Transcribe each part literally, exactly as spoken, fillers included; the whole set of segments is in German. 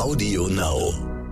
Audio Now.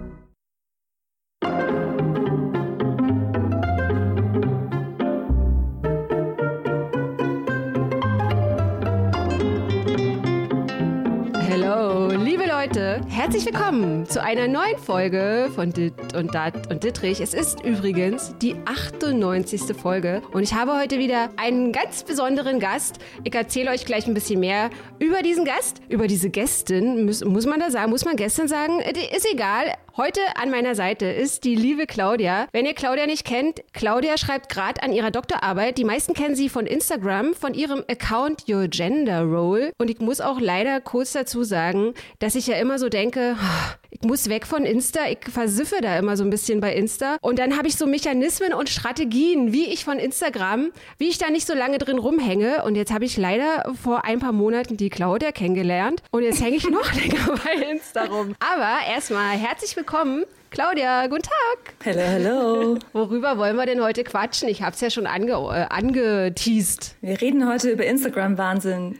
Hallo, liebe Leute, herzlich willkommen zu einer neuen Folge von Dit und Dat und Dittrich. Es ist übrigens die achtundneunzigste Folge und ich habe heute wieder einen ganz besonderen Gast. Ich erzähle euch gleich ein bisschen mehr über diesen Gast, über diese Gästin. Muss, muss man da sagen, muss man Gästin sagen? Ist egal. Heute an meiner Seite ist die liebe Claudia. Wenn ihr Claudia nicht kennt, Claudia schreibt gerade an ihrer Doktorarbeit. Die meisten kennen sie von Instagram, von ihrem Account Your Gender Role. Und ich muss auch leider kurz dazu sagen, dass ich ja immer so denke, ich muss weg von Insta. Ich versiffe da immer so ein bisschen bei Insta. Und dann habe ich so Mechanismen und Strategien, wie ich von Instagram, wie ich da nicht so lange drin rumhänge. Und jetzt habe ich leider vor ein paar Monaten die Claudia kennengelernt. Und jetzt hänge ich noch länger bei Insta rum. Aber erstmal herzlich willkommen. Claudia, guten Tag. Hallo, hallo. Worüber wollen wir denn heute quatschen? Ich habe es ja schon ange, äh, angeteased. Wir reden heute über Instagram-Wahnsinn.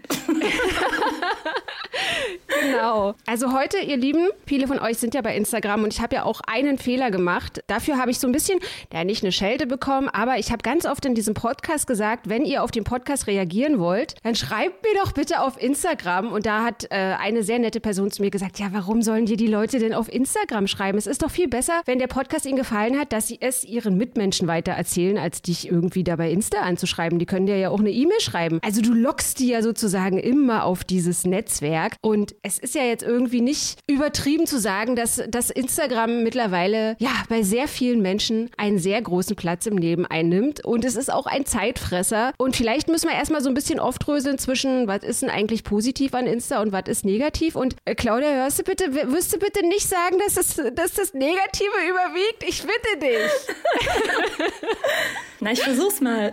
Genau. Also heute, ihr Lieben, viele von euch sind ja bei Instagram und ich habe ja auch einen Fehler gemacht. Dafür habe ich so ein bisschen, ja nicht eine Schelte bekommen, aber ich habe ganz oft in diesem Podcast gesagt, wenn ihr auf den Podcast reagieren wollt, dann schreibt mir doch bitte auf Instagram. Und da hat äh, eine sehr nette Person zu mir gesagt, ja, warum sollen dir die Leute denn auf Instagram schreiben? Es ist doch viel besser, wenn der Podcast ihnen gefallen hat, dass sie es ihren Mitmenschen weitererzählen, als dich irgendwie da bei Insta anzuschreiben. Die können dir ja auch eine E-Mail schreiben. Also du lockst die ja sozusagen immer auf dieses Netzwerk. Und es ist ja jetzt irgendwie nicht übertrieben zu sagen, dass, dass Instagram mittlerweile ja bei sehr vielen Menschen einen sehr großen Platz im Leben einnimmt. Und es ist auch ein Zeitfresser. Und vielleicht müssen wir erstmal so ein bisschen aufdröseln zwischen, was ist denn eigentlich positiv an Insta und was ist negativ. Und äh, Claudia, hörst du bitte, wirst du bitte nicht sagen, dass das, dass das Negative überwiegt? Ich bitte dich. Na, ich versuch's mal.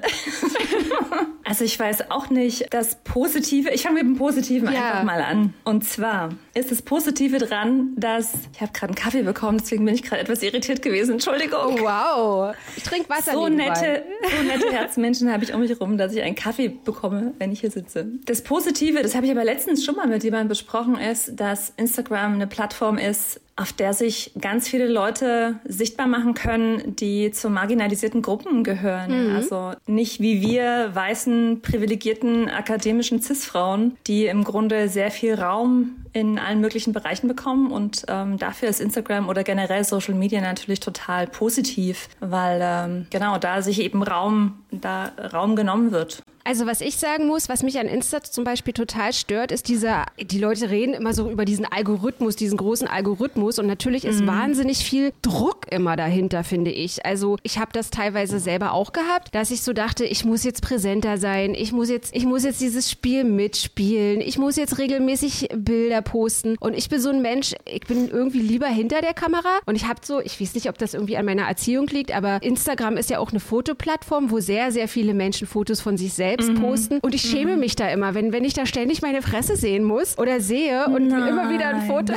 Also ich weiß auch nicht, das Positive, ich fange mit dem Positiven ja. einfach mal an. Und zwar ist das Positive dran, dass, ich habe gerade einen Kaffee bekommen, deswegen bin ich gerade etwas irritiert gewesen. Entschuldigung. Oh, wow. Ich trinke Wasser. So nette, so nette Herzmenschen habe ich um mich herum, dass ich einen Kaffee bekomme, wenn ich hier sitze. Das Positive, das habe ich aber letztens schon mal mit jemandem besprochen, ist, dass Instagram eine Plattform ist, auf der sich ganz viele Leute sichtbar machen können, die zu marginalisierten Gruppen gehören. Mhm. Also nicht wie wir weißen, privilegierten, akademischen Cis-Frauen, die im Grunde sehr viel Raum in allen möglichen Bereichen bekommen. Und ähm, dafür ist Instagram oder generell Social Media natürlich total positiv, weil ähm, genau da sich eben Raum, da Raum genommen wird. Also was ich sagen muss, was mich an Insta zum Beispiel total stört, ist dieser, die Leute reden immer so über diesen Algorithmus, diesen großen Algorithmus und natürlich ist mhm. wahnsinnig viel Druck immer dahinter, finde ich. Also ich habe das teilweise selber auch gehabt, dass ich so dachte, ich muss jetzt präsenter sein, ich muss jetzt, ich muss jetzt dieses Spiel mitspielen, ich muss jetzt regelmäßig Bilder posten und ich bin so ein Mensch, ich bin irgendwie lieber hinter der Kamera und ich habe so, ich weiß nicht, ob das irgendwie an meiner Erziehung liegt, aber Instagram ist ja auch eine Fotoplattform, wo sehr, sehr viele Menschen Fotos von sich selbst selbst posten. Und ich schäme mich da immer, wenn, wenn ich da ständig meine Fresse sehen muss oder sehe und Nein. immer wieder ein Foto.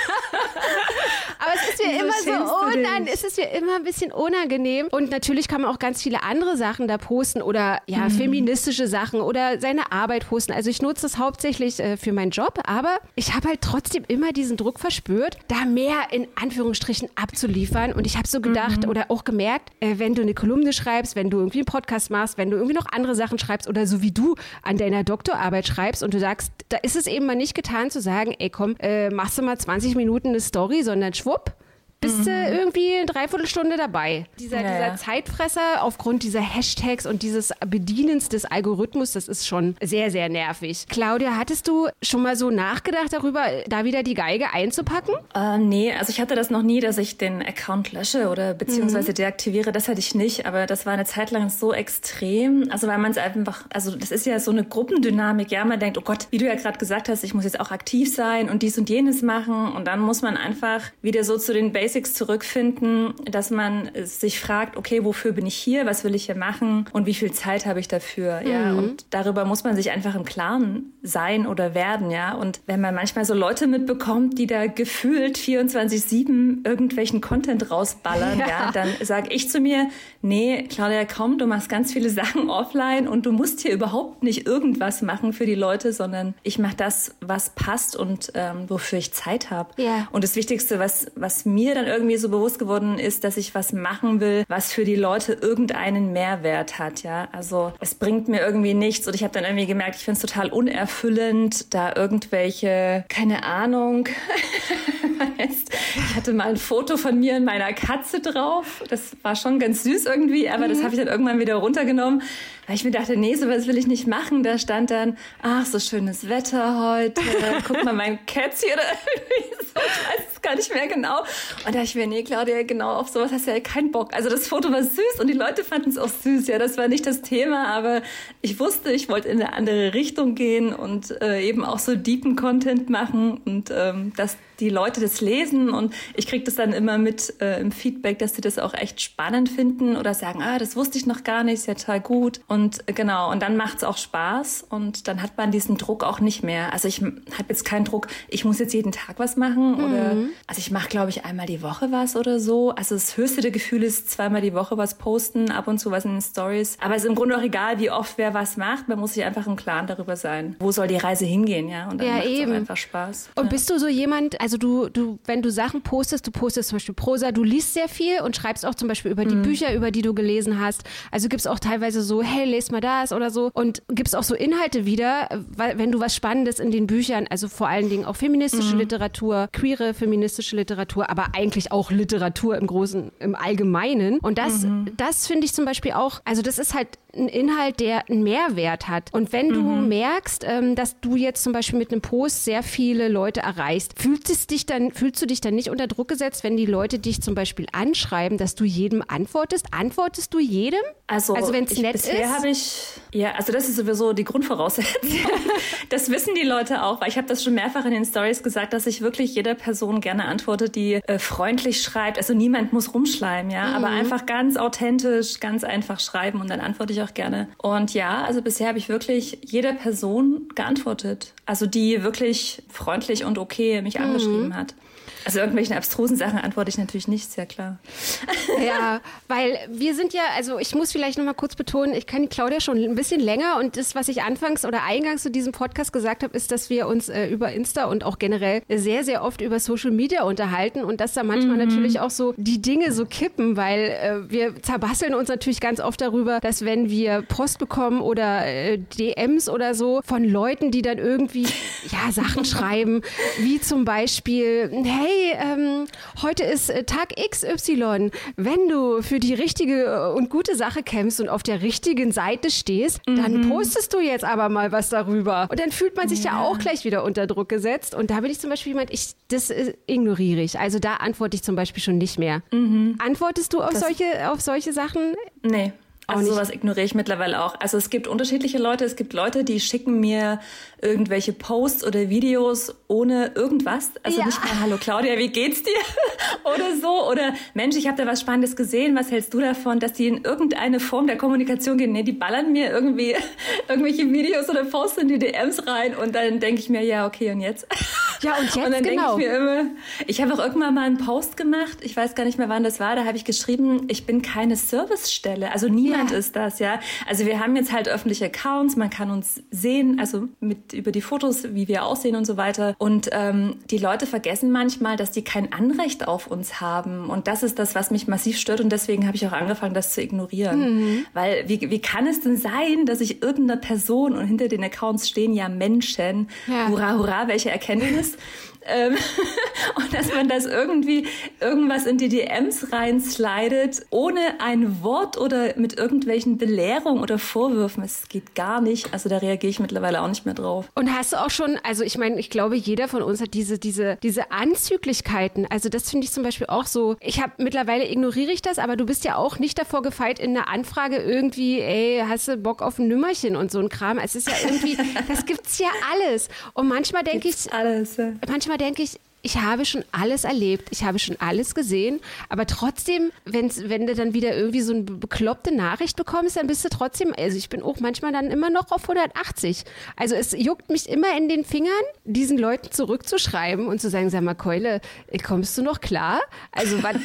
Aber es ist mir Wieso immer so unangenehm. Es ist mir immer ein bisschen unangenehm. Und natürlich kann man auch ganz viele andere Sachen da posten oder ja, mhm. feministische Sachen oder seine Arbeit posten. Also ich nutze das hauptsächlich äh, für meinen Job, aber ich habe halt trotzdem immer diesen Druck verspürt, da mehr in Anführungsstrichen abzuliefern. Und ich habe so gedacht mhm. oder auch gemerkt, äh, wenn du eine Kolumne schreibst, wenn du irgendwie einen Podcast machst, wenn du irgendwie noch andere Sachen schreibst oder so wie du an deiner Doktorarbeit schreibst und du sagst, da ist es eben mal nicht getan zu sagen, ey komm, äh, machst du mal zwanzig Minuten eine Story, sondern schwupp, bist du mhm. irgendwie eine Dreiviertelstunde dabei. Dieser, ja, dieser Zeitfresser aufgrund dieser Hashtags und dieses Bedienens des Algorithmus, das ist schon sehr, sehr nervig. Claudia, hattest du schon mal so nachgedacht darüber, da wieder die Geige einzupacken? Äh, nee, also ich hatte das noch nie, dass ich den Account lösche oder beziehungsweise mhm. deaktiviere. Das hatte ich nicht, aber das war eine Zeit lang so extrem. Also weil man es einfach, also das ist ja so eine Gruppendynamik. Ja, man denkt, oh Gott, wie du ja gerade gesagt hast, ich muss jetzt auch aktiv sein und dies und jenes machen und dann muss man einfach wieder so zu den Basics Basics zurückfinden, dass man sich fragt, okay, wofür bin ich hier, was will ich hier machen und wie viel Zeit habe ich dafür, ja, mhm. und darüber muss man sich einfach im Klaren sein oder werden, ja, und wenn man manchmal so Leute mitbekommt, die da gefühlt vierundzwanzig sieben irgendwelchen Content rausballern, ja, ja dann sage ich zu mir, nee, Claudia, komm, du machst ganz viele Sachen offline und du musst hier überhaupt nicht irgendwas machen für die Leute, sondern ich mache das, was passt und ähm, wofür ich Zeit habe. Ja. Und das Wichtigste, was, was mir dann irgendwie so bewusst geworden ist, dass ich was machen will, was für die Leute irgendeinen Mehrwert hat, ja. Also es bringt mir irgendwie nichts und ich habe dann irgendwie gemerkt, ich finde es total unerfüllend, da irgendwelche, keine Ahnung, ich hatte mal ein Foto von mir und meiner Katze drauf. Das war schon ganz süß irgendwie, aber mhm. das habe ich dann irgendwann wieder runtergenommen, weil ich mir dachte, nee, sowas will ich nicht machen. Da stand dann, ach, so schönes Wetter heute, guck mal mein Kätzchen oder irgendwie so, ich weiß es gar nicht mehr genau. Und da dachte ich mir, nee, Claudia, genau auf sowas hast du ja keinen Bock. Also das Foto war süß und die Leute fanden es auch süß. Ja, das war nicht das Thema, aber ich wusste, ich wollte in eine andere Richtung gehen und äh, eben auch so deepen Content machen und ähm, dass die Leute das lesen und ich kriege das dann immer mit äh, im Feedback, dass sie das auch echt spannend finden oder sagen, ah, das wusste ich noch gar nicht, ist ja total gut. Und äh, genau, und dann macht's auch Spaß und dann hat man diesen Druck auch nicht mehr. Also ich habe jetzt keinen Druck, ich muss jetzt jeden Tag was machen mhm. oder, also ich mache, glaube ich, einmal die Woche was oder so. Also das höchste der Gefühle ist zweimal die Woche was posten, ab und zu was in den Stories. Aber es ist im Grunde auch egal, wie oft wer was macht. Man muss sich einfach im Klaren darüber sein, wo soll die Reise hingehen, ja. Und dann ja, macht's eben. auch einfach Spaß. Und ja. bist du so jemand, also du, du, wenn du Sachen postest, du postest zum Beispiel Prosa, du liest sehr viel und schreibst auch zum Beispiel über die mhm. Bücher, über die du gelesen hast. Also gibst auch teilweise so, hey, lest mal das oder so und gibst auch so Inhalte wieder, weil wenn du was Spannendes in den Büchern, also vor allen Dingen auch feministische mhm. Literatur, queere feministische Literatur, aber eigentlich auch Literatur im Großen, im Allgemeinen. Und das, mhm. das finde ich zum Beispiel auch, also das ist halt ein Inhalt, der einen Mehrwert hat. Und wenn du mhm. merkst, ähm, dass du jetzt zum Beispiel mit einem Post sehr viele Leute erreichst, fühlst, es dich dann, fühlst du dich dann nicht unter Druck gesetzt, wenn die Leute dich zum Beispiel anschreiben, dass du jedem antwortest? Antwortest du jedem? Also, also wenn es nett ist? Bisher habe ich, ja, also das ist sowieso die Grundvoraussetzung. Das wissen die Leute auch, weil ich habe das schon mehrfach in den Stories gesagt, dass ich wirklich jeder Person gerne antworte, die äh, freundlich schreibt. Also niemand muss rumschleimen, ja, mhm. aber einfach ganz authentisch, ganz einfach schreiben und dann antworte ich auch gerne. Und ja, also bisher habe ich wirklich jeder Person geantwortet. Also die wirklich freundlich und okay mich mhm. angeschrieben hat. Also irgendwelchen abstrusen Sachen antworte ich natürlich nicht, sehr klar. Ja, weil wir sind ja, also ich muss vielleicht noch mal kurz betonen, ich kenne Claudia schon ein bisschen länger und das, was ich anfangs oder eingangs zu diesem Podcast gesagt habe, ist, dass wir uns äh, über Insta und auch generell sehr, sehr oft über Social Media unterhalten und dass da manchmal mhm. natürlich auch so die Dinge so kippen, weil äh, wir zerbasteln uns natürlich ganz oft darüber, dass wenn wir Post bekommen oder äh, D Ms oder so von Leuten, die dann irgendwie ja Sachen schreiben, wie zum Beispiel, hey, Hey, ähm, heute ist äh, Tag X Y. Wenn du für die richtige und gute Sache kämpfst und auf der richtigen Seite stehst, mhm. dann postest du jetzt aber mal was darüber. Und dann fühlt man sich ja. ja auch gleich wieder unter Druck gesetzt. Und da bin ich zum Beispiel jemand, ich, das äh, ignoriere ich. Also da antworte ich zum Beispiel schon nicht mehr. Mhm. Antwortest du auf solche, auf solche Sachen? Nee. Also sowas ignoriere ich mittlerweile auch. Also es gibt unterschiedliche Leute. Es gibt Leute, die schicken mir irgendwelche Posts oder Videos ohne irgendwas. Also ja. nicht mal, hallo Claudia, wie geht's dir? Oder so. Oder Mensch, ich habe da was Spannendes gesehen. Was hältst du davon, dass die in irgendeine Form der Kommunikation gehen? Nee, die ballern mir irgendwie irgendwelche Videos oder Posts in die D Ms rein. Und dann denke ich mir, ja, okay, und jetzt? Ja, und jetzt, und dann genau. denke ich mir immer, ich habe auch irgendwann mal einen Post gemacht. Ich weiß gar nicht mehr, wann das war. Da habe ich geschrieben, ich bin keine Servicestelle. Also niemand ja. ist das, ja. Also wir haben jetzt halt öffentliche Accounts, man kann uns sehen, also mit über die Fotos, wie wir aussehen und so weiter. Und ähm, die Leute vergessen manchmal, dass die kein Anrecht auf uns haben. Und das ist das, was mich massiv stört. Und deswegen habe ich auch angefangen, das zu ignorieren. Mhm. Weil wie, wie kann es denn sein, dass ich irgendeiner Person, und hinter den Accounts stehen ja Menschen, ja. hurra, hurra, welche Erkenntnis, Ähm, und dass man das irgendwie irgendwas in die D Ms reinslidet, ohne ein Wort oder mit irgendwelchen Belehrungen oder Vorwürfen. Es geht gar nicht. Also da reagiere ich mittlerweile auch nicht mehr drauf. Und hast du auch schon, also ich meine, ich glaube, jeder von uns hat diese, diese, diese Anzüglichkeiten. Also das finde ich zum Beispiel auch so. Ich habe mittlerweile ignoriere ich das, aber du bist ja auch nicht davor gefeit, in einer Anfrage irgendwie, ey, hast du Bock auf ein Nümmerchen und so ein Kram. Es ist ja irgendwie, das gibt's ja alles. Und manchmal denke ich, alles, ja. manchmal denke ich, ich habe schon alles erlebt, ich habe schon alles gesehen, aber trotzdem, wenn's, wenn du dann wieder irgendwie so eine bekloppte Nachricht bekommst, dann bist du trotzdem, also ich bin auch manchmal dann immer noch auf hundertachtzig. Also es juckt mich immer in den Fingern, diesen Leuten zurückzuschreiben und zu sagen, sag mal, Keule, kommst du noch klar? Also was,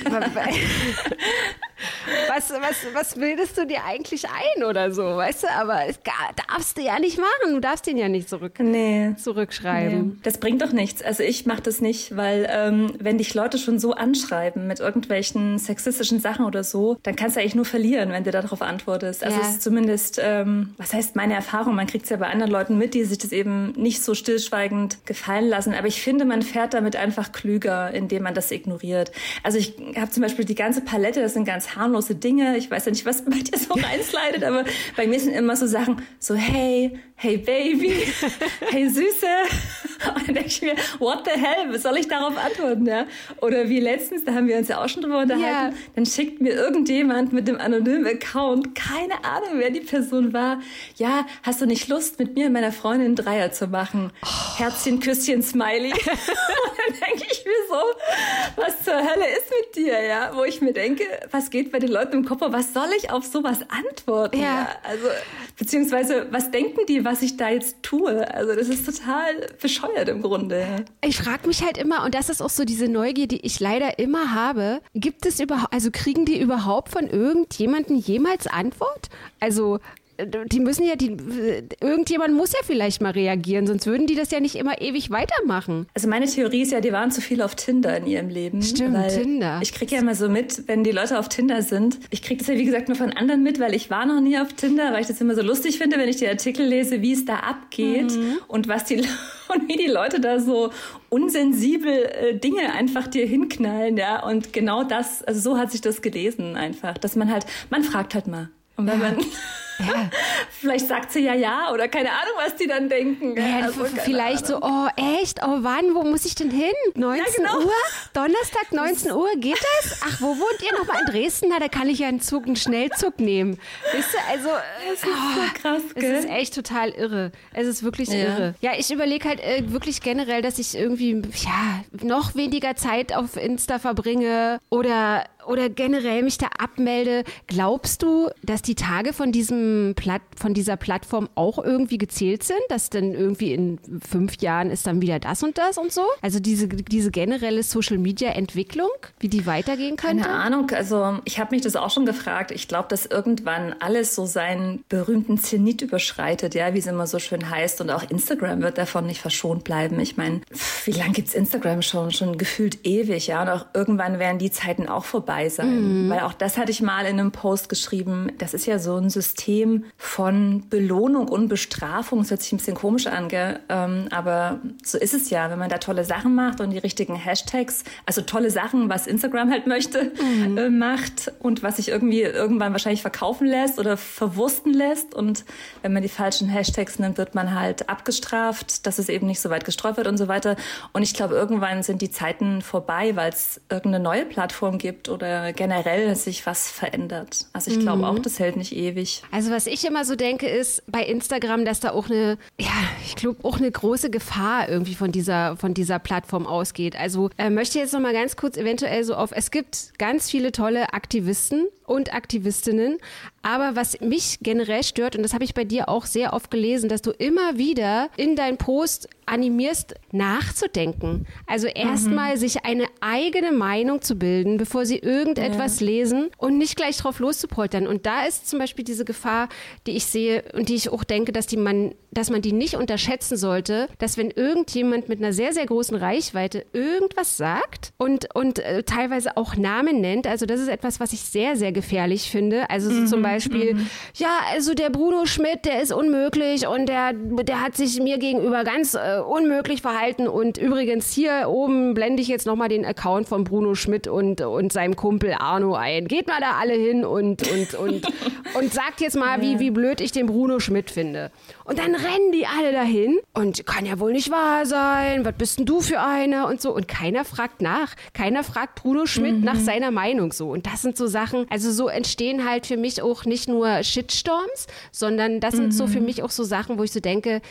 was, was, was bildest du dir eigentlich ein oder so, weißt du? Aber es darfst du ja nicht machen, du darfst den ja nicht zurück, nee. zurückschreiben. Nee. Das bringt doch nichts. Also ich mache das nicht, weil ähm, wenn dich Leute schon so anschreiben mit irgendwelchen sexistischen Sachen oder so, dann kannst du eigentlich nur verlieren, wenn du darauf antwortest. Also es Ja. ist zumindest, ähm, was heißt meine Erfahrung, man kriegt es ja bei anderen Leuten mit, die sich das eben nicht so stillschweigend gefallen lassen. Aber ich finde, man fährt damit einfach klüger, indem man das ignoriert. Also ich habe zum Beispiel die ganze Palette, das sind ganz harmlose Dinge. Ich weiß ja nicht, was bei dir so reinslidet, aber bei mir sind immer so Sachen, so hey, hey Baby, hey Süße. Und dann denke ich mir, what the hell, was soll ich darauf antworten? Ja? Oder wie letztens, da haben wir uns ja auch schon drüber unterhalten, Ja. dann schickt mir irgendjemand mit dem anonymen Account, keine Ahnung, wer die Person war, ja, hast du nicht Lust, mit mir und meiner Freundin einen Dreier zu machen? Oh. Herzchen, Küsschen, Smiley. Und dann denke ich mir so, was zur Hölle ist mit dir? Ja? Wo ich mir denke, was geht bei den Leuten im Kopf, was soll ich auf sowas antworten? Ja. Ja? Also, beziehungsweise, was denken die, was ich da jetzt tue? Also das ist total bescheuert im Grunde. Ich frage mich halt immer, und das ist auch so diese Neugier, die ich leider immer habe, gibt es überhaupt, also kriegen die überhaupt von irgendjemandem jemals Antwort? Also die müssen ja, die, irgendjemand muss ja vielleicht mal reagieren, sonst würden die das ja nicht immer ewig weitermachen. Also meine Theorie ist ja, die waren zu viel auf Tinder in ihrem Leben. Stimmt, weil Tinder. Ich kriege ja immer so mit, wenn die Leute auf Tinder sind. Ich kriege das ja, wie gesagt, nur von anderen mit, weil ich war noch nie auf Tinder, weil ich das immer so lustig finde, wenn ich die Artikel lese, wie es da abgeht mhm. und was die und wie die Leute da so unsensibel äh, Dinge einfach dir hinknallen, ja. Und genau das, also so hat sich das gelesen einfach, dass man halt, man fragt halt mal. Und wenn ja. man ja. vielleicht sagt sie ja ja oder keine Ahnung, was die dann denken. Ja, also, vielleicht Ahnung. so, oh echt, oh wann, wo muss ich denn hin? neunzehn ja, genau. Uhr? Donnerstag neunzehn Uhr, geht das? Ach, wo wohnt ihr nochmal in Dresden? Na, da kann ich ja einen Zug, einen Schnellzug nehmen. Weißt du, also, das ist oh, so krass, gell? Es ist echt total irre. Es ist wirklich ja. irre. Ja, ich überlege halt äh, wirklich generell, dass ich irgendwie, ja, noch weniger Zeit auf Insta verbringe oder oder generell mich da abmelde. Glaubst du, dass die Tage von diesem Platt, von dieser Plattform auch irgendwie gezählt sind? Dass dann irgendwie in fünf Jahren ist dann wieder das und das und so? Also diese, diese generelle Social-Media-Entwicklung, wie die weitergehen könnte? Keine Ahnung. Also ich habe mich das auch schon gefragt. Ich glaube, dass irgendwann alles so seinen berühmten Zenit überschreitet, ja, wie es immer so schön heißt. Und auch Instagram wird davon nicht verschont bleiben. Ich meine, wie lange gibt's Instagram schon? Schon gefühlt ewig, ja. Und auch irgendwann werden die Zeiten auch vorbei sein. Mhm. Weil auch das hatte ich mal in einem Post geschrieben. Das ist ja so ein System von Belohnung und Bestrafung. Das hört sich ein bisschen komisch an, gell? Ähm, aber so ist es ja, wenn man da tolle Sachen macht und die richtigen Hashtags, also tolle Sachen, was Instagram halt möchte, mhm. äh, macht und was sich irgendwie irgendwann wahrscheinlich verkaufen lässt oder verwursten lässt. Und wenn man die falschen Hashtags nimmt, wird man halt abgestraft, dass es eben nicht so weit gestreut wird und so weiter. Und ich glaube, irgendwann sind die Zeiten vorbei, weil es irgendeine neue Plattform gibt oder generell sich was verändert. Also ich glaube mhm. auch, das hält nicht ewig. Also was ich immer so denke, ist bei Instagram, dass da auch eine, ja, ich glaube auch eine große Gefahr irgendwie von dieser, von dieser Plattform ausgeht. Also äh, möchte jetzt noch mal ganz kurz eventuell so auf, es gibt ganz viele tolle Aktivisten und Aktivistinnen, aber was mich generell stört, und das habe ich bei dir auch sehr oft gelesen, dass du immer wieder in deinen Post animierst, nachzudenken. Also erstmal mhm. sich eine eigene Meinung zu bilden, bevor sie irgendetwas ja. lesen und nicht gleich drauf loszupoltern. Und da ist zum Beispiel diese Gefahr, die ich sehe und die ich auch denke, dass, die man, dass man die nicht unterschätzen sollte, dass wenn irgendjemand mit einer sehr, sehr großen Reichweite irgendwas sagt und, und äh, teilweise auch Namen nennt, also das ist etwas, was ich sehr, sehr gefährlich finde. Also so mhm. zum Beispiel, mhm. ja, also der Bruno Schmidt, der ist unmöglich und der, der hat sich mir gegenüber ganz äh, unmöglich verhalten und übrigens hier oben blende ich jetzt nochmal den Account von Bruno Schmidt und, und seinem Kumpel Arno ein. Geht mal da alle hin und, und, und, und sagt jetzt mal, wie, wie blöd ich den Bruno Schmidt finde. Und dann rennen die alle dahin und kann ja wohl nicht wahr sein, was bist denn du für eine und so. Und keiner fragt nach. Keiner fragt Bruno Schmidt mhm. nach seiner Meinung so. Und das sind so Sachen, also so entstehen halt für mich auch nicht nur Shitstorms, sondern das sind mhm. so für mich auch so Sachen, wo ich so denke,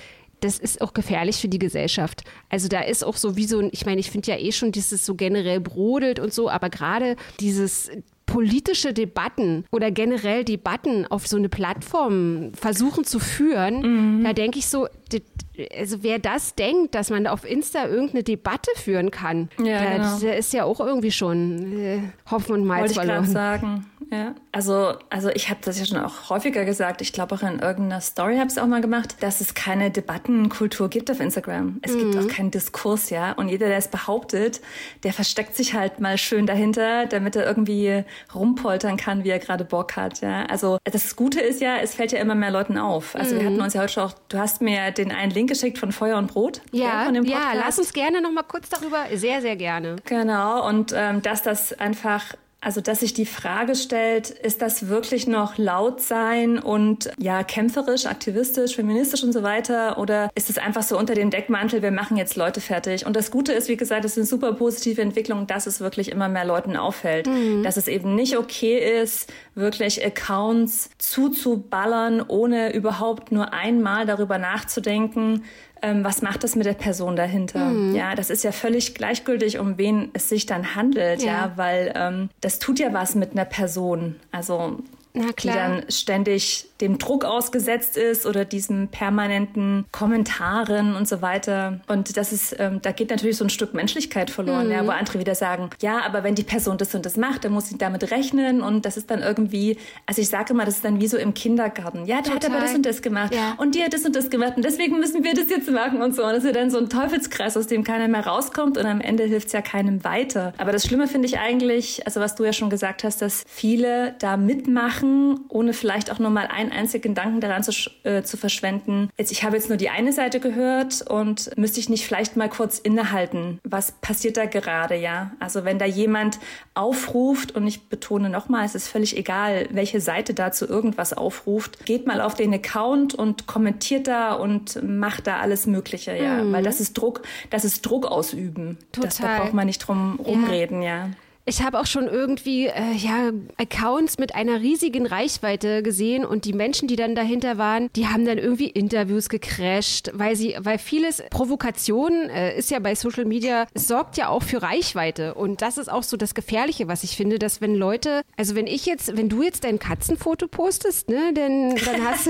das ist auch gefährlich für die Gesellschaft. Also da ist auch so wie so ein, ich meine, ich finde ja eh schon, dass es so generell brodelt und so, aber gerade dieses politische Debatten oder generell Debatten auf so eine Plattform versuchen zu führen, mhm. da denke ich so, also wer das denkt, dass man auf Insta irgendeine Debatte führen kann, ja, der, genau. der ist ja auch irgendwie schon äh, Hopfen und Malz verloren. Wollte ich gerade sagen. Ja. Also, also ich habe das ja schon auch häufiger gesagt, ich glaube auch in irgendeiner Story habe ich es auch mal gemacht, dass es keine Debattenkultur gibt auf Instagram. Es mhm. gibt auch keinen Diskurs, ja. Und jeder, der es behauptet, der versteckt sich halt mal schön dahinter, damit er irgendwie rumpoltern kann, wie er gerade Bock hat, ja. Also das Gute ist ja, es fällt ja immer mehr Leuten auf. Also mhm. wir hatten uns ja heute schon auch, du hast mir den einen Link geschickt von Feuer und Brot. Ja, von dem ja, lass uns gerne noch mal kurz darüber, sehr, sehr gerne. Genau, und ähm, dass das einfach, also dass sich die Frage stellt, ist das wirklich noch laut sein und ja kämpferisch, aktivistisch, feministisch und so weiter, oder ist es einfach so unter dem Deckmantel, wir machen jetzt Leute fertig? Und das Gute ist, wie gesagt, es ist eine super positive Entwicklung, dass es wirklich immer mehr Leuten auffällt, mhm. dass es eben nicht okay ist, wirklich Accounts zuzuballern, ohne überhaupt nur einmal darüber nachzudenken, was macht das mit der Person dahinter? Mhm. Ja, das ist ja völlig gleichgültig, um wen es sich dann handelt, ja, ja weil ähm, das tut ja was mit einer Person. Also Na die klar. dann ständig dem Druck ausgesetzt ist oder diesem permanenten Kommentaren und so weiter. Und das ist, ähm, da geht natürlich so ein Stück Menschlichkeit verloren, mhm. ja, wo andere wieder sagen, ja, aber wenn die Person das und das macht, dann muss sie damit rechnen und das ist dann irgendwie, also ich sage immer, das ist dann wie so im Kindergarten. Ja, der Total. hat aber das und das gemacht ja. und die hat das und das gemacht und deswegen müssen wir das jetzt machen und so. Und das ist ja dann so ein Teufelskreis, aus dem keiner mehr rauskommt und am Ende hilft es ja keinem weiter. Aber das Schlimme finde ich eigentlich, also was du ja schon gesagt hast, dass viele da mitmachen, ohne vielleicht auch nur mal einen einzigen Gedanken daran zu, äh, zu verschwenden. Jetzt, ich habe jetzt nur die eine Seite gehört und müsste ich nicht vielleicht mal kurz innehalten. Was passiert da gerade, ja? Also wenn da jemand aufruft, und ich betone nochmal, es ist völlig egal, welche Seite dazu irgendwas aufruft, geht mal auf den Account und kommentiert da und macht da alles Mögliche, ja? Mhm. Weil das ist Druck, das ist Druck ausüben. Total. Das, da braucht man nicht drum rumreden, ja. ja. Ich habe auch schon irgendwie äh, ja Accounts mit einer riesigen Reichweite gesehen und die Menschen, die dann dahinter waren, die haben dann irgendwie Interviews gecrasht, weil sie, weil vieles Provokation äh, ist ja bei Social Media, es sorgt ja auch für Reichweite und das ist auch so das Gefährliche, was ich finde, dass wenn Leute, also wenn ich jetzt, wenn du jetzt dein Katzenfoto postest, ne, denn dann hast,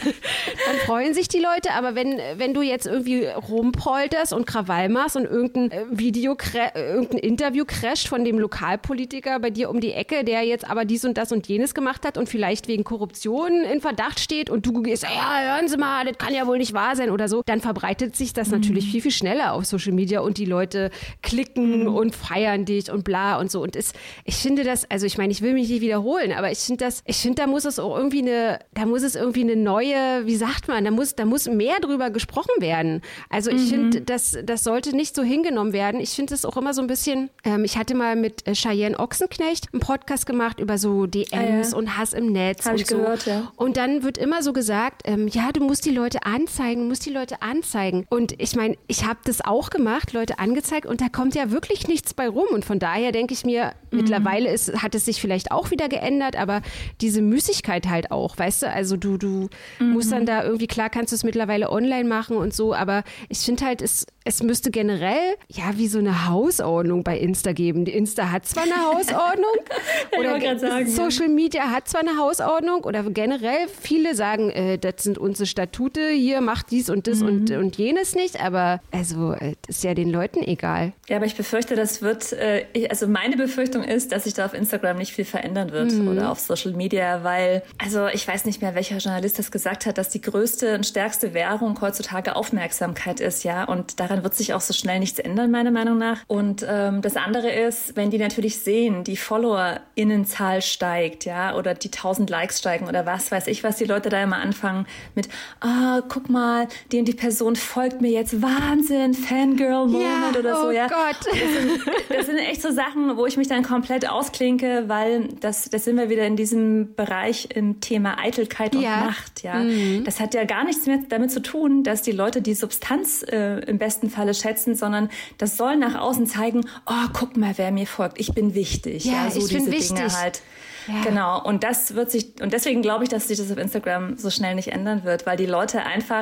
dann freuen sich die Leute, aber wenn wenn du jetzt irgendwie rumpolterst und Krawall machst und irgendein äh, Video, äh, irgendein Interview crasht von dem Lokal Lokalpolitiker bei dir um die Ecke, der jetzt aber dies und das und jenes gemacht hat und vielleicht wegen Korruption in Verdacht steht und du gehst, ja, hören Sie mal, das kann ja wohl nicht wahr sein oder so, dann verbreitet sich das mhm. natürlich viel, viel schneller auf Social Media und die Leute klicken mhm. und feiern dich und bla und so. Und es, ich finde das, also ich meine, ich will mich nicht wiederholen, aber ich finde das, ich finde, da muss es auch irgendwie eine, da muss es irgendwie eine neue, wie sagt man, da muss, da muss mehr drüber gesprochen werden. Also ich mhm. finde, das, das sollte nicht so hingenommen werden. Ich finde es auch immer so ein bisschen, ähm, ich hatte mal mit äh, Cheyenne Ochsenknecht einen Podcast gemacht über so D Ms ah, ja. und Hass im Netz Hab und ich so. Gehört, ja. Und dann wird immer so gesagt, ähm, ja, du musst die Leute anzeigen, du musst die Leute anzeigen. Und ich meine, ich habe das auch gemacht, Leute angezeigt und da kommt ja wirklich nichts bei rum. Und von daher denke ich mir, mhm. mittlerweile ist, hat es sich vielleicht auch wieder geändert, aber diese Müßigkeit halt auch, weißt du, also du, du mhm. musst dann da irgendwie, klar kannst du es mittlerweile online machen und so, aber ich finde halt, es, es müsste generell, ja, wie so eine Hausordnung bei Insta geben. Die Insta hat zwar eine Hausordnung oder sagen, Social Media hat zwar eine Hausordnung oder generell viele sagen, äh, das sind unsere Statute, hier macht dies und das mhm. und, und jenes nicht, aber also äh, ist ja den Leuten egal. Ja, aber ich befürchte, das wird, äh, ich, also meine Befürchtung ist, dass sich da auf Instagram nicht viel verändern wird mhm. oder auf Social Media, weil, also ich weiß nicht mehr, welcher Journalist das gesagt hat, dass die größte und stärkste Währung heutzutage Aufmerksamkeit ist, ja, und daran wird sich auch so schnell nichts ändern, meiner Meinung nach. Und ähm, das andere ist, wenn die natürlich sehen, die FollowerInnenzahl steigt, ja, oder die tausend Likes steigen oder was weiß ich, was die Leute da immer anfangen mit, ah, guck mal, die und die Person folgt mir jetzt, Wahnsinn, Fangirl-Moment ja, oder so, oh ja. Gott. Das sind, das sind echt so Sachen, wo ich mich dann komplett ausklinke, weil das, das sind wir wieder in diesem Bereich im Thema Eitelkeit und ja. Macht, ja. Mhm. Das hat ja gar nichts mehr damit zu tun, dass die Leute die Substanz äh, im besten Falle schätzen, sondern das soll nach außen zeigen, oh, guck mal, wer mir folgt, ich bin wichtig. Ja, ja so ich diese bin wichtig. Dinge halt. Ja. Genau. Und das wird sich, und deswegen glaube ich, dass sich das auf Instagram so schnell nicht ändern wird, weil die Leute einfach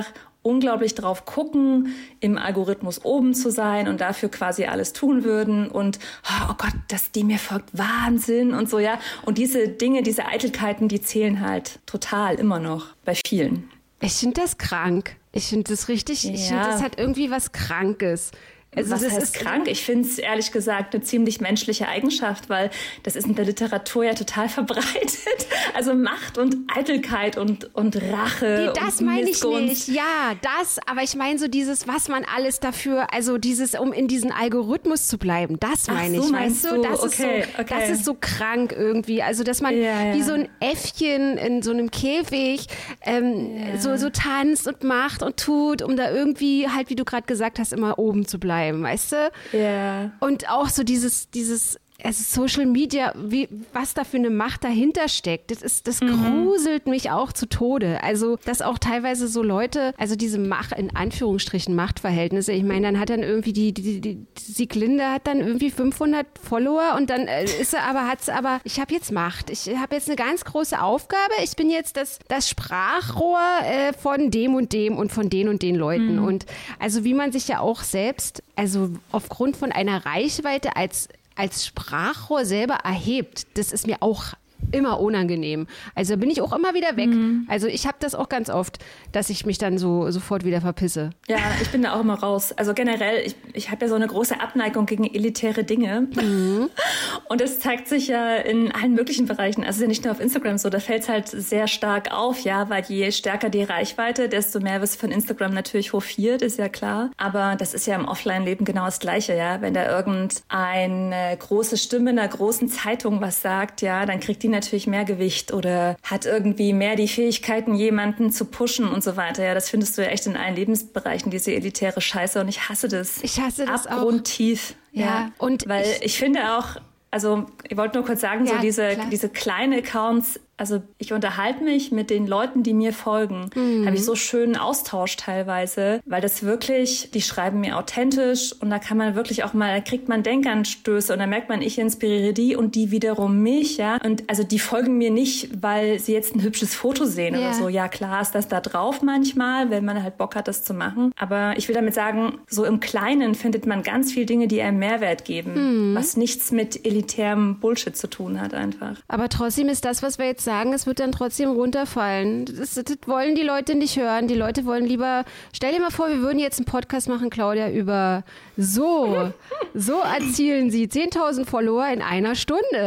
unglaublich drauf gucken, im Algorithmus oben zu sein und dafür quasi alles tun würden und oh Gott, dass die mir folgt, Wahnsinn und so, ja. Und diese Dinge, diese Eitelkeiten, die zählen halt total immer noch bei vielen. Ich finde das krank. Ich finde das richtig, ja. ich finde, das hat irgendwie was Krankes. Also was heißt ist krank? Ich finde es ehrlich gesagt eine ziemlich menschliche Eigenschaft, weil das ist in der Literatur ja total verbreitet. Also Macht und Eitelkeit und, und Rache. Nee, das und meine ich nicht. Ja, das, aber ich meine so dieses, was man alles dafür, also dieses, um in diesen Algorithmus zu bleiben, das meine so, ich. Weißt du, das, okay, ist so, okay. das ist so krank irgendwie. Also, dass man ja, ja. wie so ein Äffchen in so einem Käfig ähm, ja. so, so tanzt und macht und tut, um da irgendwie halt, wie du gerade gesagt hast, immer oben zu bleiben. Weißt du? Ja. Yeah. Und auch so dieses, dieses, also Social Media, wie, was da für eine Macht dahinter steckt, das ist, das mhm. gruselt mich auch zu Tode. Also, dass auch teilweise so Leute, also diese Macht, in Anführungsstrichen Machtverhältnisse, ich meine, dann hat dann irgendwie die, die, die Sieglinde hat dann irgendwie fünfhundert Follower und dann ist sie aber, hat sie aber, ich habe jetzt Macht, ich habe jetzt eine ganz große Aufgabe, ich bin jetzt das, das Sprachrohr äh, von dem und dem und von den und den Leuten. Mhm. Und also wie man sich ja auch selbst, also aufgrund von einer Reichweite als als Sprachrohr selber erhebt, das ist mir auch immer unangenehm. Also bin ich auch immer wieder weg. Mhm. Also ich habe das auch ganz oft, dass ich mich dann so sofort wieder verpisse. Ja, ich bin da auch immer raus. Also generell, ich, ich habe ja so eine große Abneigung gegen elitäre Dinge. Mhm. Und das zeigt sich ja in allen möglichen Bereichen. Also ja nicht nur auf Instagram so, da fällt es halt sehr stark auf, ja, weil je stärker die Reichweite, desto mehr wirst du von Instagram natürlich hofiert, ist ja klar. Aber das ist ja im Offline-Leben genau das Gleiche, ja. Wenn da irgendeine große Stimme in einer großen Zeitung was sagt, ja, dann kriegt die natürlich mehr Gewicht oder hat irgendwie mehr die Fähigkeiten, jemanden zu pushen und so weiter. Ja, das findest du ja echt in allen Lebensbereichen, diese elitäre Scheiße. Und ich hasse das. Ich hasse das abgrundtief. auch. Ja, ja. Und weil ich, ich finde auch, also ich wollte nur kurz sagen, ja, so diese, diese kleinen Accounts, also ich unterhalte mich mit den Leuten, die mir folgen. Mhm. Habe ich so schönen Austausch teilweise, weil das wirklich, die schreiben mir authentisch und da kann man wirklich auch mal, da kriegt man Denkanstöße und da merkt man, ich inspiriere die und die wiederum mich, ja. Und also die folgen mir nicht, weil sie jetzt ein hübsches Foto sehen yeah. oder so. Ja, klar ist das da drauf manchmal, wenn man halt Bock hat, das zu machen. Aber ich will damit sagen, so im Kleinen findet man ganz viele Dinge, die einem Mehrwert geben, mhm. was nichts mit elitärem Bullshit zu tun hat einfach. Aber trotzdem ist das, was wir jetzt sagen, es wird dann trotzdem runterfallen. Das, das wollen die Leute nicht hören. Die Leute wollen lieber, stell dir mal vor, wir würden jetzt einen Podcast machen, Claudia, über so, so erzielen sie zehntausend Follower in einer Stunde.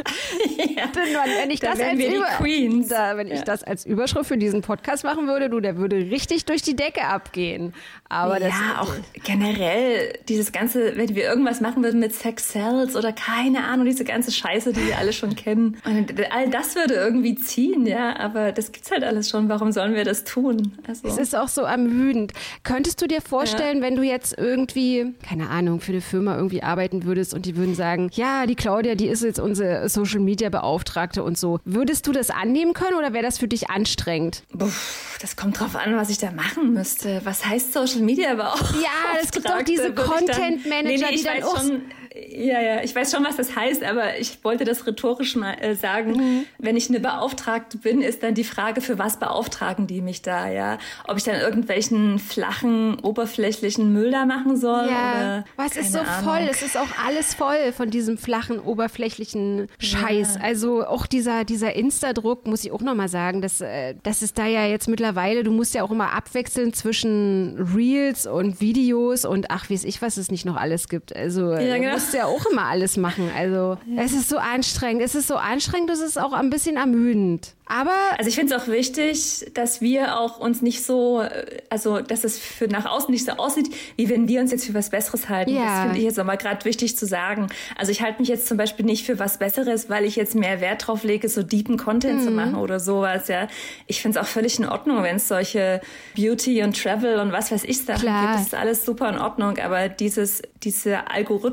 Ja, wenn ich, das als, Über- da, wenn ich ja. das als Überschrift für diesen Podcast machen würde, du, der würde richtig durch die Decke abgehen. Aber ja, das auch generell dieses ganze, wenn wir irgendwas machen würden mit Sex Cells oder keine Ahnung, diese ganze Scheiße, die wir alle schon kennen. Und all das würde irgendwie ziehen, ja, aber das gibt's halt alles schon. Warum sollen wir das tun? Also. Es ist auch so ermüdend. Könntest du dir vorstellen, ja. wenn du jetzt irgendwie, keine Ahnung, für eine Firma irgendwie arbeiten würdest und die würden sagen, ja, die Claudia, die ist jetzt unsere Social Media Beauftragte und so. Würdest du das annehmen können oder wäre das für dich anstrengend? Puh, das kommt drauf an, was ich da machen müsste. Was heißt Social Media Beauftragte? Ja, es gibt doch diese Content Manager, nee, nee, die dann auch... Schon, ja, ja, ich weiß schon, was das heißt, aber ich wollte das rhetorisch mal äh, sagen. Mhm. Wenn ich eine Beauftragte bin, ist dann die Frage, für was beauftragen die mich da, ja? Ob ich dann irgendwelchen flachen, oberflächlichen Müll da machen soll? Ja, oder, aber es ist so Ahnung. voll, es ist auch alles voll von diesem flachen, oberflächlichen Scheiß. Ja. Also auch dieser, dieser Insta-Druck, muss ich auch nochmal sagen, dass, äh, das ist da ja jetzt mittlerweile, du musst ja auch immer abwechseln zwischen Reels und Videos und ach, weiß ich, was es nicht noch alles gibt. Also ja, genau. Du musst ja auch immer alles machen. Also ja. es ist so anstrengend. Es ist so anstrengend, es ist auch ein bisschen ermüdend. Aber also ich finde es auch wichtig, dass wir auch uns nicht so, also dass es für nach außen nicht so aussieht, wie wenn wir uns jetzt für was Besseres halten. Ja. Das finde ich jetzt nochmal gerade wichtig zu sagen. Also ich halte mich jetzt zum Beispiel nicht für was Besseres, weil ich jetzt mehr Wert drauf lege, so deepen Content mhm. zu machen oder sowas. Ja, ich finde es auch völlig in Ordnung, wenn es solche Beauty und Travel und was weiß ich Sachen gibt. Das ist alles super in Ordnung. Aber dieses diese Algorithmus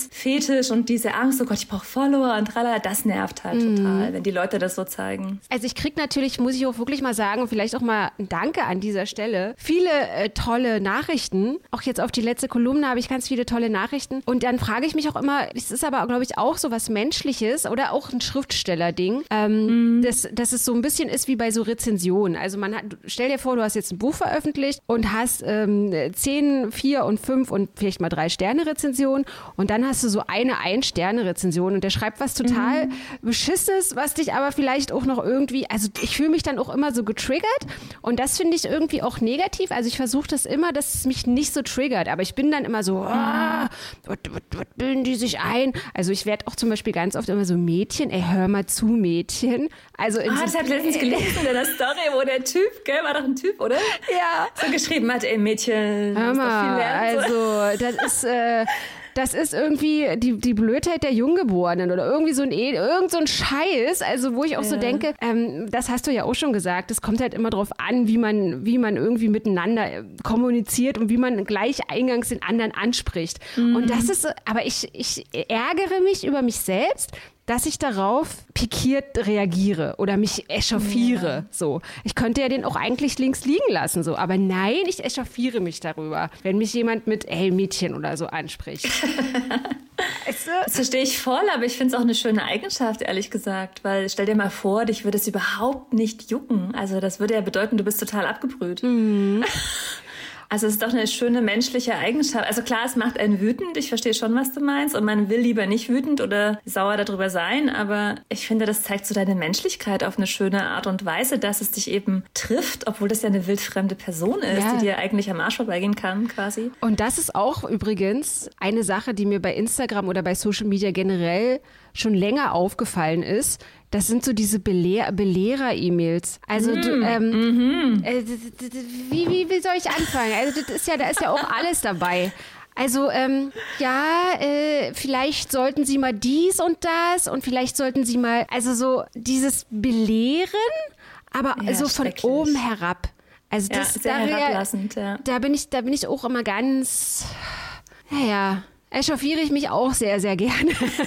Präsenzfetisch und diese Angst, oh Gott, ich brauche Follower und tralala, das nervt halt mm. total, wenn die Leute das so zeigen. Also ich kriege natürlich, muss ich auch wirklich mal sagen, vielleicht auch mal ein Danke an dieser Stelle, viele äh, tolle Nachrichten. Auch jetzt auf die letzte Kolumne habe ich ganz viele tolle Nachrichten. Und dann frage ich mich auch immer, es ist aber, glaube ich, auch so was Menschliches oder auch ein Schriftsteller-Ding, ähm, mm. dass, dass es so ein bisschen ist wie bei so Rezensionen. Also man hat, stell dir vor, du hast jetzt ein Buch veröffentlicht und hast ähm, zehn, vier und fünf und vielleicht mal drei Sterne-Rezensionen und dann hast du so eine Ein-Sterne-Rezension und der schreibt was total mm. Beschissenes, was dich aber vielleicht auch noch irgendwie, also ich fühle mich dann auch immer so getriggert und das finde ich irgendwie auch negativ. Also ich versuche das immer, dass es mich nicht so triggert, aber ich bin dann immer so, ah, was, was, was bilden die sich ein? Also ich werde auch zum Beispiel ganz oft immer so Mädchen, ey, hör mal zu, Mädchen. Also in ah, so, das habe ich letztens gelesen in der Story, wo der Typ, gell, war doch ein Typ, oder? Ja. So geschrieben hat, ey, Mädchen, hör mal, viel lernen, also das ist... Äh, Das ist irgendwie die, die Blödheit der Junggeborenen oder irgendwie so ein, irgend so ein Scheiß, also wo ich auch ja. so denke, ähm, das hast du ja auch schon gesagt, es kommt halt immer drauf an, wie man, wie man irgendwie miteinander kommuniziert und wie man gleich eingangs den anderen anspricht. Mhm. Und das ist, aber ich, ich ärgere mich über mich selbst, dass ich darauf pikiert reagiere oder mich echauffiere. Ja. So. Ich könnte ja den auch eigentlich links liegen lassen, so. Aber nein, ich echauffiere mich darüber, wenn mich jemand mit ey Mädchen oder so anspricht. Weißt du? Das verstehe ich voll, aber ich finde es auch eine schöne Eigenschaft, ehrlich gesagt. Weil stell dir mal vor, dich würde es überhaupt nicht jucken. Also das würde ja bedeuten, du bist total abgebrüht. Mhm. Also es ist doch eine schöne menschliche Eigenschaft. Also klar, es macht einen wütend. Ich verstehe schon, was du meinst. Und man will lieber nicht wütend oder sauer darüber sein. Aber ich finde, das zeigt so deine Menschlichkeit auf eine schöne Art und Weise, dass es dich eben trifft, obwohl das ja eine wildfremde Person ist, ja. die dir eigentlich am Arsch vorbeigehen kann, quasi. Und das ist auch übrigens eine Sache, die mir bei Instagram oder bei Social Media generell schon länger aufgefallen ist. Das sind so diese Belehr- Belehrer-E-Mails. Also mm, du, ähm, mm-hmm. äh, wie, wie, wie soll ich anfangen? Also das ist ja, da ist ja auch alles dabei. Also ähm, ja, äh, vielleicht sollten Sie mal dies und das und vielleicht sollten Sie mal, also so dieses Belehren, aber ja, so von oben herab. Also das ja, sehr da, herablassend, ja. Da bin ich, da bin ich auch immer ganz, naja, echauffiere ich mich auch sehr, sehr gerne.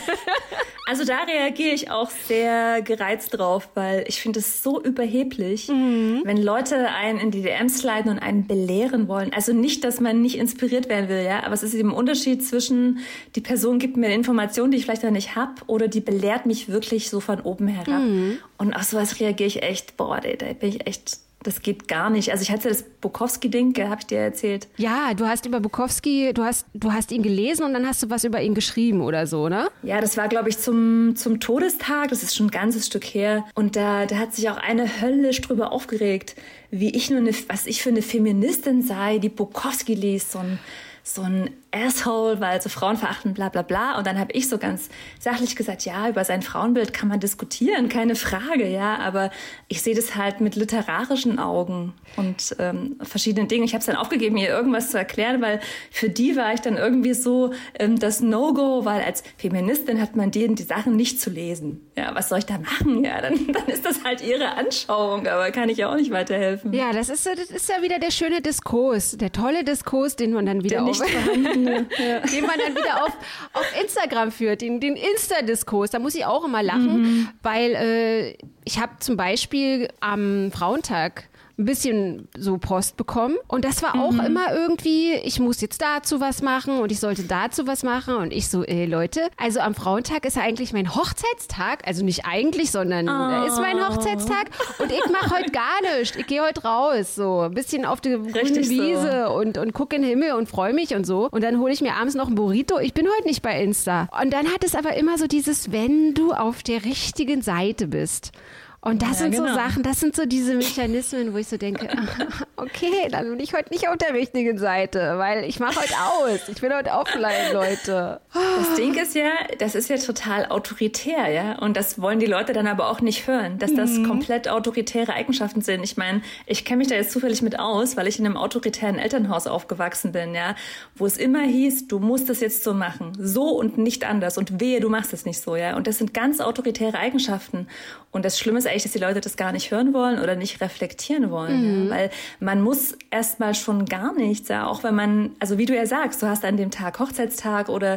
Also da reagiere ich auch sehr gereizt drauf, weil ich finde es so überheblich, mhm. wenn Leute einen in die D Ms sliden und einen belehren wollen. Also nicht, dass man nicht inspiriert werden will, ja, aber es ist eben ein Unterschied zwischen, die Person gibt mir eine Information, die ich vielleicht noch nicht habe, oder die belehrt mich wirklich so von oben herab. Mhm. Und auf sowas reagiere ich echt, boah, da bin ich echt... Das geht gar nicht. Also ich hatte das Bukowski-Ding, habe ich dir erzählt. Ja, du hast über Bukowski, du hast, du hast ihn gelesen und dann hast du was über ihn geschrieben oder so, ne? Ja, das war, glaube ich, zum, zum Todestag. Das ist schon ein ganzes Stück her. Und da, da hat sich auch eine höllisch drüber aufgeregt, wie ich nur eine, was ich für eine Feministin sei, die Bukowski liest. So ein, so ein Asshole, weil so Frauen verachten, bla bla bla. Und dann habe ich so ganz sachlich gesagt, ja, über sein Frauenbild kann man diskutieren, keine Frage, ja. Aber ich sehe das halt mit literarischen Augen und ähm, verschiedenen Dingen. Ich habe es dann aufgegeben, ihr irgendwas zu erklären, weil für die war ich dann irgendwie so ähm, das No-Go, weil als Feministin hat man denen die Sachen nicht zu lesen. Ja, was soll ich da machen? Ja, dann, dann ist das halt ihre Anschauung, aber kann ich ja auch nicht weiterhelfen. Ja, das ist, das ist ja wieder der schöne Diskurs, der tolle Diskurs, den man dann wieder auf... Ja. Den man dann wieder auf, auf Instagram führt, den, den Insta-Diskurs. Da muss ich auch immer lachen, mhm. weil äh, ich habe zum Beispiel am Frauentag ein bisschen so Post bekommen. Und das war auch mhm. immer irgendwie, ich muss jetzt dazu was machen und ich sollte dazu was machen. Und ich so, ey Leute, also am Frauentag ist ja eigentlich mein Hochzeitstag. Also nicht eigentlich, sondern oh. ist mein Hochzeitstag. Und ich mache heute gar nichts. Ich gehe heute raus, so ein bisschen auf die grüne Wiese so. und, und gucke in den Himmel und freue mich und so. Und dann hole ich mir abends noch ein Burrito. Ich bin heute nicht bei Insta. Und dann hat es aber immer so dieses, wenn du auf der richtigen Seite bist. Und das ja, sind genau. so Sachen, das sind so diese Mechanismen, wo ich so denke, okay, dann bin ich heute nicht auf der richtigen Seite, weil ich mache heute aus. Ich will heute offline, Leute. Das Ding ist ja, das ist ja total autoritär, ja. Und das wollen die Leute dann aber auch nicht hören, dass das mhm. komplett autoritäre Eigenschaften sind. Ich meine, ich kenne mich da jetzt zufällig mit aus, weil ich in einem autoritären Elternhaus aufgewachsen bin, ja, wo es immer hieß, du musst das jetzt so machen, so und nicht anders. Und wehe, du machst es nicht so, ja. Und das sind ganz autoritäre Eigenschaften. Und das Schlimme ist eigentlich, dass die Leute das gar nicht hören wollen oder nicht reflektieren wollen. Mhm. Ja? Weil man muss erstmal schon gar nichts, ja, auch wenn man, also wie du ja sagst, du hast an dem Tag Hochzeitstag oder selbst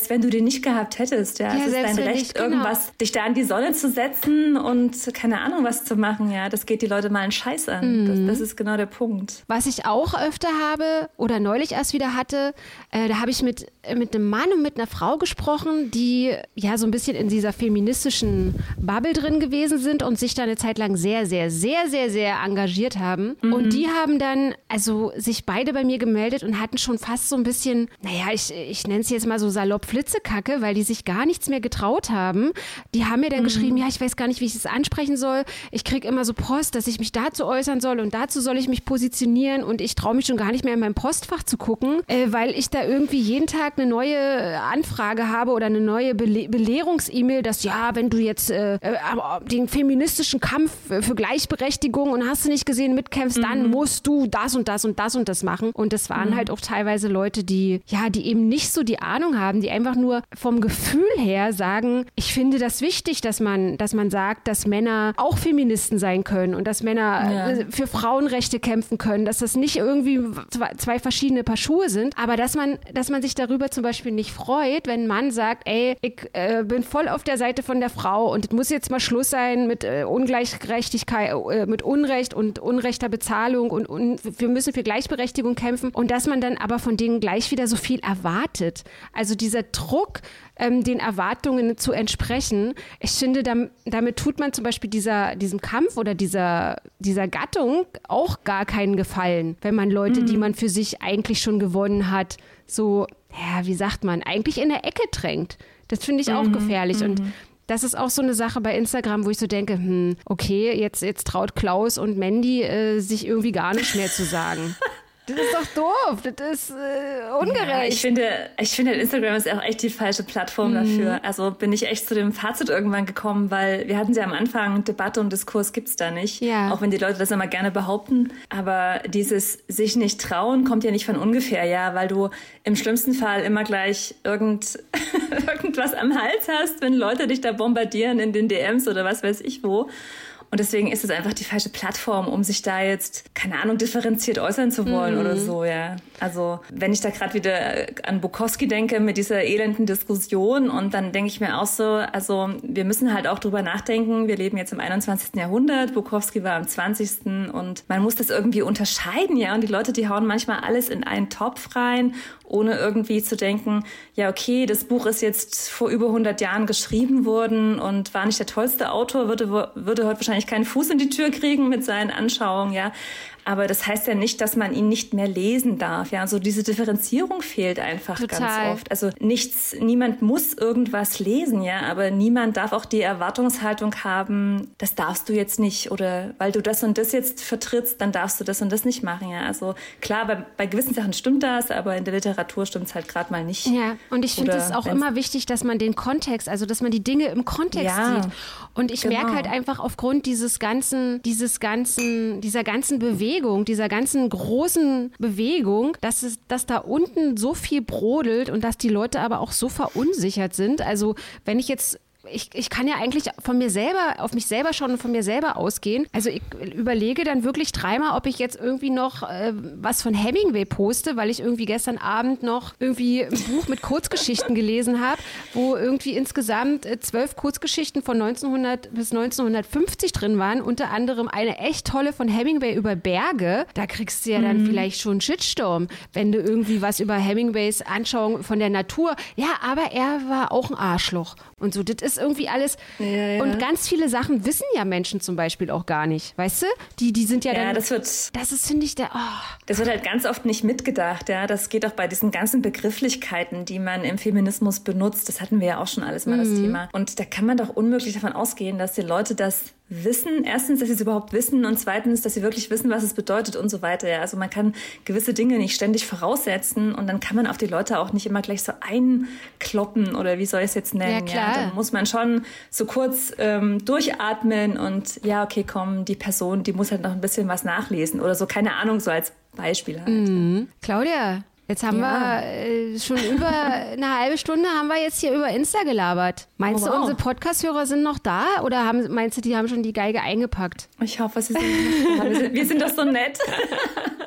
selbst wenn du den nicht gehabt hättest, ja, ja es ist dein Recht, ich, genau. irgendwas, dich da an die Sonne zu setzen und keine Ahnung was zu machen, ja, das geht die Leute mal einen Scheiß an. Mhm. Das, das ist genau der Punkt. Was ich auch öfter habe oder neulich erst wieder hatte, äh, da habe ich mit, mit einem Mann und mit einer Frau gesprochen, die ja so ein bisschen in dieser feministischen Bubble drin gewesen sind und sich da eine Zeit lang sehr, sehr, sehr, sehr, sehr engagiert haben. Mhm. Und die haben dann also sich beide bei mir gemeldet und hatten schon fast so ein bisschen, naja, ich, ich nenne es jetzt mal so salopp Flitzekacke, weil die sich gar nichts mehr getraut haben. Die haben mir dann mhm. geschrieben, ja, ich weiß gar nicht, wie ich es ansprechen soll. Ich kriege immer so Post, dass ich mich dazu äußern soll und dazu soll ich mich positionieren und ich traue mich schon gar nicht mehr in mein Postfach zu gucken, äh, weil ich da irgendwie jeden Tag eine neue Anfrage habe oder eine neue Bele- Belehrungs-E-Mail, dass ja, wenn du jetzt äh, den feministischen Kampf für Gleichberechtigung und hast du nicht gesehen mitkämpfst, mhm. dann musst du das und das und das und das machen. Und das waren mhm. halt auch teilweise Leute, die ja, die eben nicht so die Ahnung haben, die einfach nur vom Gefühl her sagen, ich finde das wichtig, dass man, dass man sagt, dass Männer auch Feministen sein können und dass Männer ja. äh, für Frauenrechte kämpfen können, dass das nicht irgendwie zwei, zwei verschiedene Paar Schuhe sind, aber dass man, dass man sich darüber zum Beispiel nicht freut, wenn ein Mann sagt, ey, ich äh, bin voll auf der Seite von der Frau und es muss jetzt mal Schluss sein mit äh, Ungleichgerechtigkeit, äh, mit Unrecht und unrechter Bezahlung und un- wir müssen für Gleichberechtigung kämpfen und dass man dann aber von denen gleich wieder so viel erwartet. Also dieser Druck, ähm, den Erwartungen zu entsprechen, ich finde, damit, damit tut man zum Beispiel dieser, diesem Kampf oder dieser, dieser Gattung auch gar keinen Gefallen, wenn man Leute, mhm. die man für sich eigentlich schon gewonnen hat, so, ja, wie sagt man, eigentlich in der Ecke drängt. Das finde ich mhm. auch gefährlich mhm. und das ist auch so eine Sache bei Instagram, wo ich so denke, hm, okay, jetzt, jetzt traut Klaus und Mandy äh, sich irgendwie gar nicht mehr zu sagen. Das ist doch doof, das ist äh, ungerecht. Ja, ich finde, ich finde, Instagram ist auch echt die falsche Plattform mhm. dafür. Also bin ich echt zu dem Fazit irgendwann gekommen, weil wir hatten ja am Anfang, Debatte und Diskurs gibt's da nicht. Ja. Auch wenn die Leute das immer gerne behaupten. Aber dieses sich nicht trauen kommt ja nicht von ungefähr, ja, weil du im schlimmsten Fall immer gleich irgend, irgendwas am Hals hast, wenn Leute dich da bombardieren in den D Ms oder was weiß ich wo. Und deswegen ist es einfach die falsche Plattform, um sich da jetzt, keine Ahnung, differenziert äußern zu wollen mhm. oder so, ja. Also wenn ich da gerade wieder an Bukowski denke mit dieser elenden Diskussion und dann denke ich mir auch so, also wir müssen halt auch drüber nachdenken, wir leben jetzt im einundzwanzigsten Jahrhundert, Bukowski war im zwanzigsten und man muss das irgendwie unterscheiden, ja. Und die Leute, die hauen manchmal alles in einen Topf rein, ohne irgendwie zu denken, ja okay, das Buch ist jetzt vor über hundert Jahren geschrieben worden und war nicht der tollste Autor, würde, würde heute wahrscheinlich keinen Fuß in die Tür kriegen mit seinen Anschauungen, ja. Aber das heißt ja nicht, dass man ihn nicht mehr lesen darf, ja. Also diese Differenzierung fehlt einfach Total. ganz oft. Also nichts, niemand muss irgendwas lesen, ja. Aber niemand darf auch die Erwartungshaltung haben, das darfst du jetzt nicht oder weil du das und das jetzt vertrittst, dann darfst du das und das nicht machen, ja. Also klar, bei, bei gewissen Sachen stimmt das, aber in der Literatur stimmt es halt gerade mal nicht. Ja, und ich finde es auch immer wichtig, dass man den Kontext, also dass man die Dinge im Kontext ja, sieht. Und ich genau. merke halt einfach aufgrund dieses ganzen, dieses ganzen, dieser ganzen Bewegung, dieser ganzen großen Bewegung, dass es, dass da unten so viel brodelt und dass die Leute aber auch so verunsichert sind. Also wenn ich jetzt Ich, ich kann ja eigentlich von mir selber, auf mich selber schauen und von mir selber ausgehen. Also ich überlege dann wirklich dreimal, ob ich jetzt irgendwie noch äh, was von Hemingway poste, weil ich irgendwie gestern Abend noch irgendwie ein Buch mit Kurzgeschichten gelesen habe, wo irgendwie insgesamt äh, zwölf Kurzgeschichten von neunzehnhundert bis neunzehnhundertfünfzig drin waren. Unter anderem eine echt tolle von Hemingway über Berge. Da kriegst du ja dann mhm. vielleicht schon einen Shitstorm, wenn du irgendwie was über Hemingways Anschauung von der Natur. Ja, aber er war auch ein Arschloch. Und so, das ist irgendwie alles. Ja, ja. Und ganz viele Sachen wissen ja Menschen zum Beispiel auch gar nicht. Weißt du? Die, die sind ja, ja dann. Das wird. Das ist, finde ich, der. Oh. Das wird halt ganz oft nicht mitgedacht, ja. Das geht auch bei diesen ganzen Begrifflichkeiten, die man im Feminismus benutzt. Das hatten wir ja auch schon alles mal, mhm. das Thema. Und da kann man doch unmöglich davon ausgehen, dass die Leute das wissen. Erstens, dass sie es überhaupt wissen und zweitens, dass sie wirklich wissen, was es bedeutet und so weiter. Ja. Also man kann gewisse Dinge nicht ständig voraussetzen und dann kann man auf die Leute auch nicht immer gleich so einkloppen oder wie soll ich es jetzt nennen. Ja, klar. Ja. Dann muss man schon so kurz ähm, durchatmen und ja, okay, komm, die Person, die muss halt noch ein bisschen was nachlesen oder so, keine Ahnung, so als Beispiel halt. Mhm. Claudia, jetzt haben ja. wir äh, schon über eine halbe Stunde haben wir jetzt hier über Insta gelabert. Meinst oh, wow. du, unsere Podcast-Hörer sind noch da oder haben, meinst du, die haben schon die Geige eingepackt? Ich hoffe, sie sind noch da. Wir sind, wir sind doch so nett.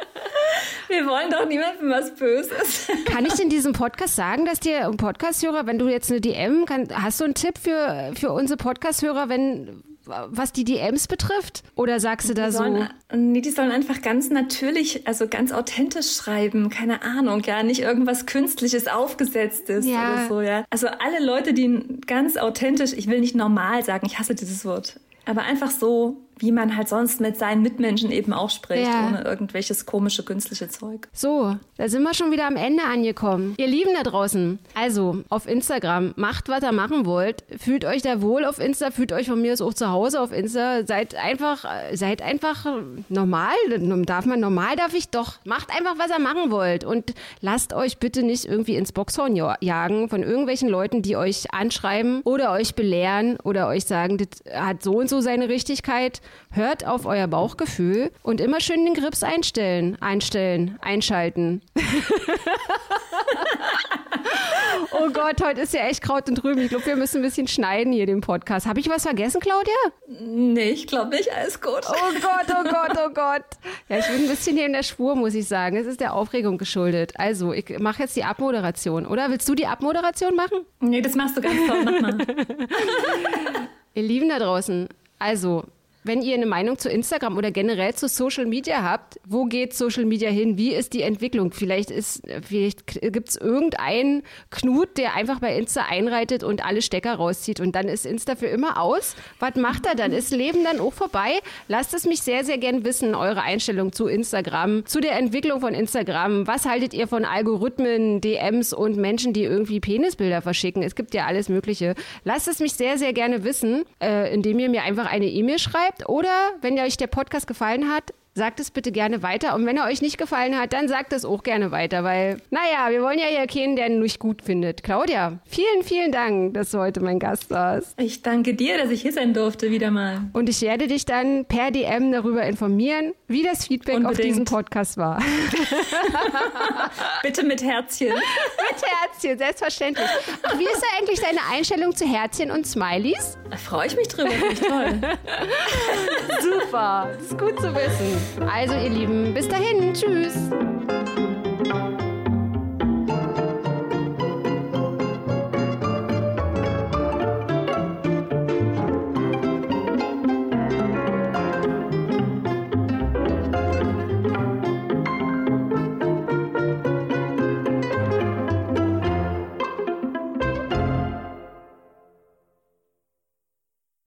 Wir wollen doch niemandem was Böses. Kann ich in diesem Podcast sagen, dass dir Podcast-Hörer, wenn du jetzt eine D M, kann, hast du einen Tipp für, für unsere Podcast-Hörer, wenn, was die D Ms betrifft? Oder sagst du da die so? Sollen, nee, die sollen einfach ganz natürlich, also ganz authentisch schreiben. Keine Ahnung, ja, nicht irgendwas Künstliches, Aufgesetztes ja. oder so, ja. Also alle Leute, die ganz authentisch, ich will nicht normal sagen, ich hasse dieses Wort, aber einfach so, wie man halt sonst mit seinen Mitmenschen eben auch spricht, ja. ohne irgendwelches komische, künstliche Zeug. So, da sind wir schon wieder am Ende angekommen. Ihr Lieben da draußen, also auf Instagram, macht, was ihr machen wollt. Fühlt euch da wohl auf Insta, fühlt euch von mir aus auch zu Hause auf Insta. Seid einfach, seid einfach normal. Darf man normal, darf ich doch. Macht einfach, was ihr machen wollt. Und lasst euch bitte nicht irgendwie ins Boxhorn jagen von irgendwelchen Leuten, die euch anschreiben oder euch belehren oder euch sagen, das hat so und so seine Richtigkeit. Hört auf euer Bauchgefühl und immer schön den Grips einstellen, einstellen, einschalten. Oh Gott, heute ist ja echt Kraut und Rüben. Ich glaube, wir müssen ein bisschen schneiden hier den Podcast. Habe ich was vergessen, Claudia? Nee, ich glaube nicht. Alles gut. Oh Gott, oh Gott, oh Gott. Ja, ich bin ein bisschen hier in der Spur, muss ich sagen. Es ist der Aufregung geschuldet. Also, ich mache jetzt die Abmoderation. Oder willst du die Abmoderation machen? Nee, das machst du ganz toll. Mach mal. Ihr Lieben da draußen, also... Wenn ihr eine Meinung zu Instagram oder generell zu Social Media habt, wo geht Social Media hin? Wie ist die Entwicklung? Vielleicht ist, vielleicht gibt es irgendeinen Knut, der einfach bei Insta einreitet und alle Stecker rauszieht und dann ist Insta für immer aus. Was macht er dann? Ist Leben dann auch vorbei? Lasst es mich sehr, sehr gern wissen, eure Einstellung zu Instagram, zu der Entwicklung von Instagram. Was haltet ihr von Algorithmen, D Ms und Menschen, die irgendwie Penisbilder verschicken? Es gibt ja alles Mögliche. Lasst es mich sehr, sehr gerne wissen, äh, indem ihr mir einfach eine E-Mail schreibt. Oder, wenn euch der Podcast gefallen hat, sagt es bitte gerne weiter. Und wenn er euch nicht gefallen hat, dann sagt es auch gerne weiter. Weil, naja, wir wollen ja hier keinen, der ihn nicht gut findet. Claudia, vielen, vielen Dank, dass du heute mein Gast warst. Ich danke dir, dass ich hier sein durfte, wieder mal. Und ich werde dich dann per D M darüber informieren, wie das Feedback Unbedingt. auf diesen Podcast war. Bitte mit Herzchen. Mit Herzchen, selbstverständlich. Ach, wie ist da eigentlich deine Einstellung zu Herzchen und Smileys? Da freue ich mich drüber, finde ich toll. Super, das ist gut zu wissen. Also ihr Lieben, bis dahin, tschüss.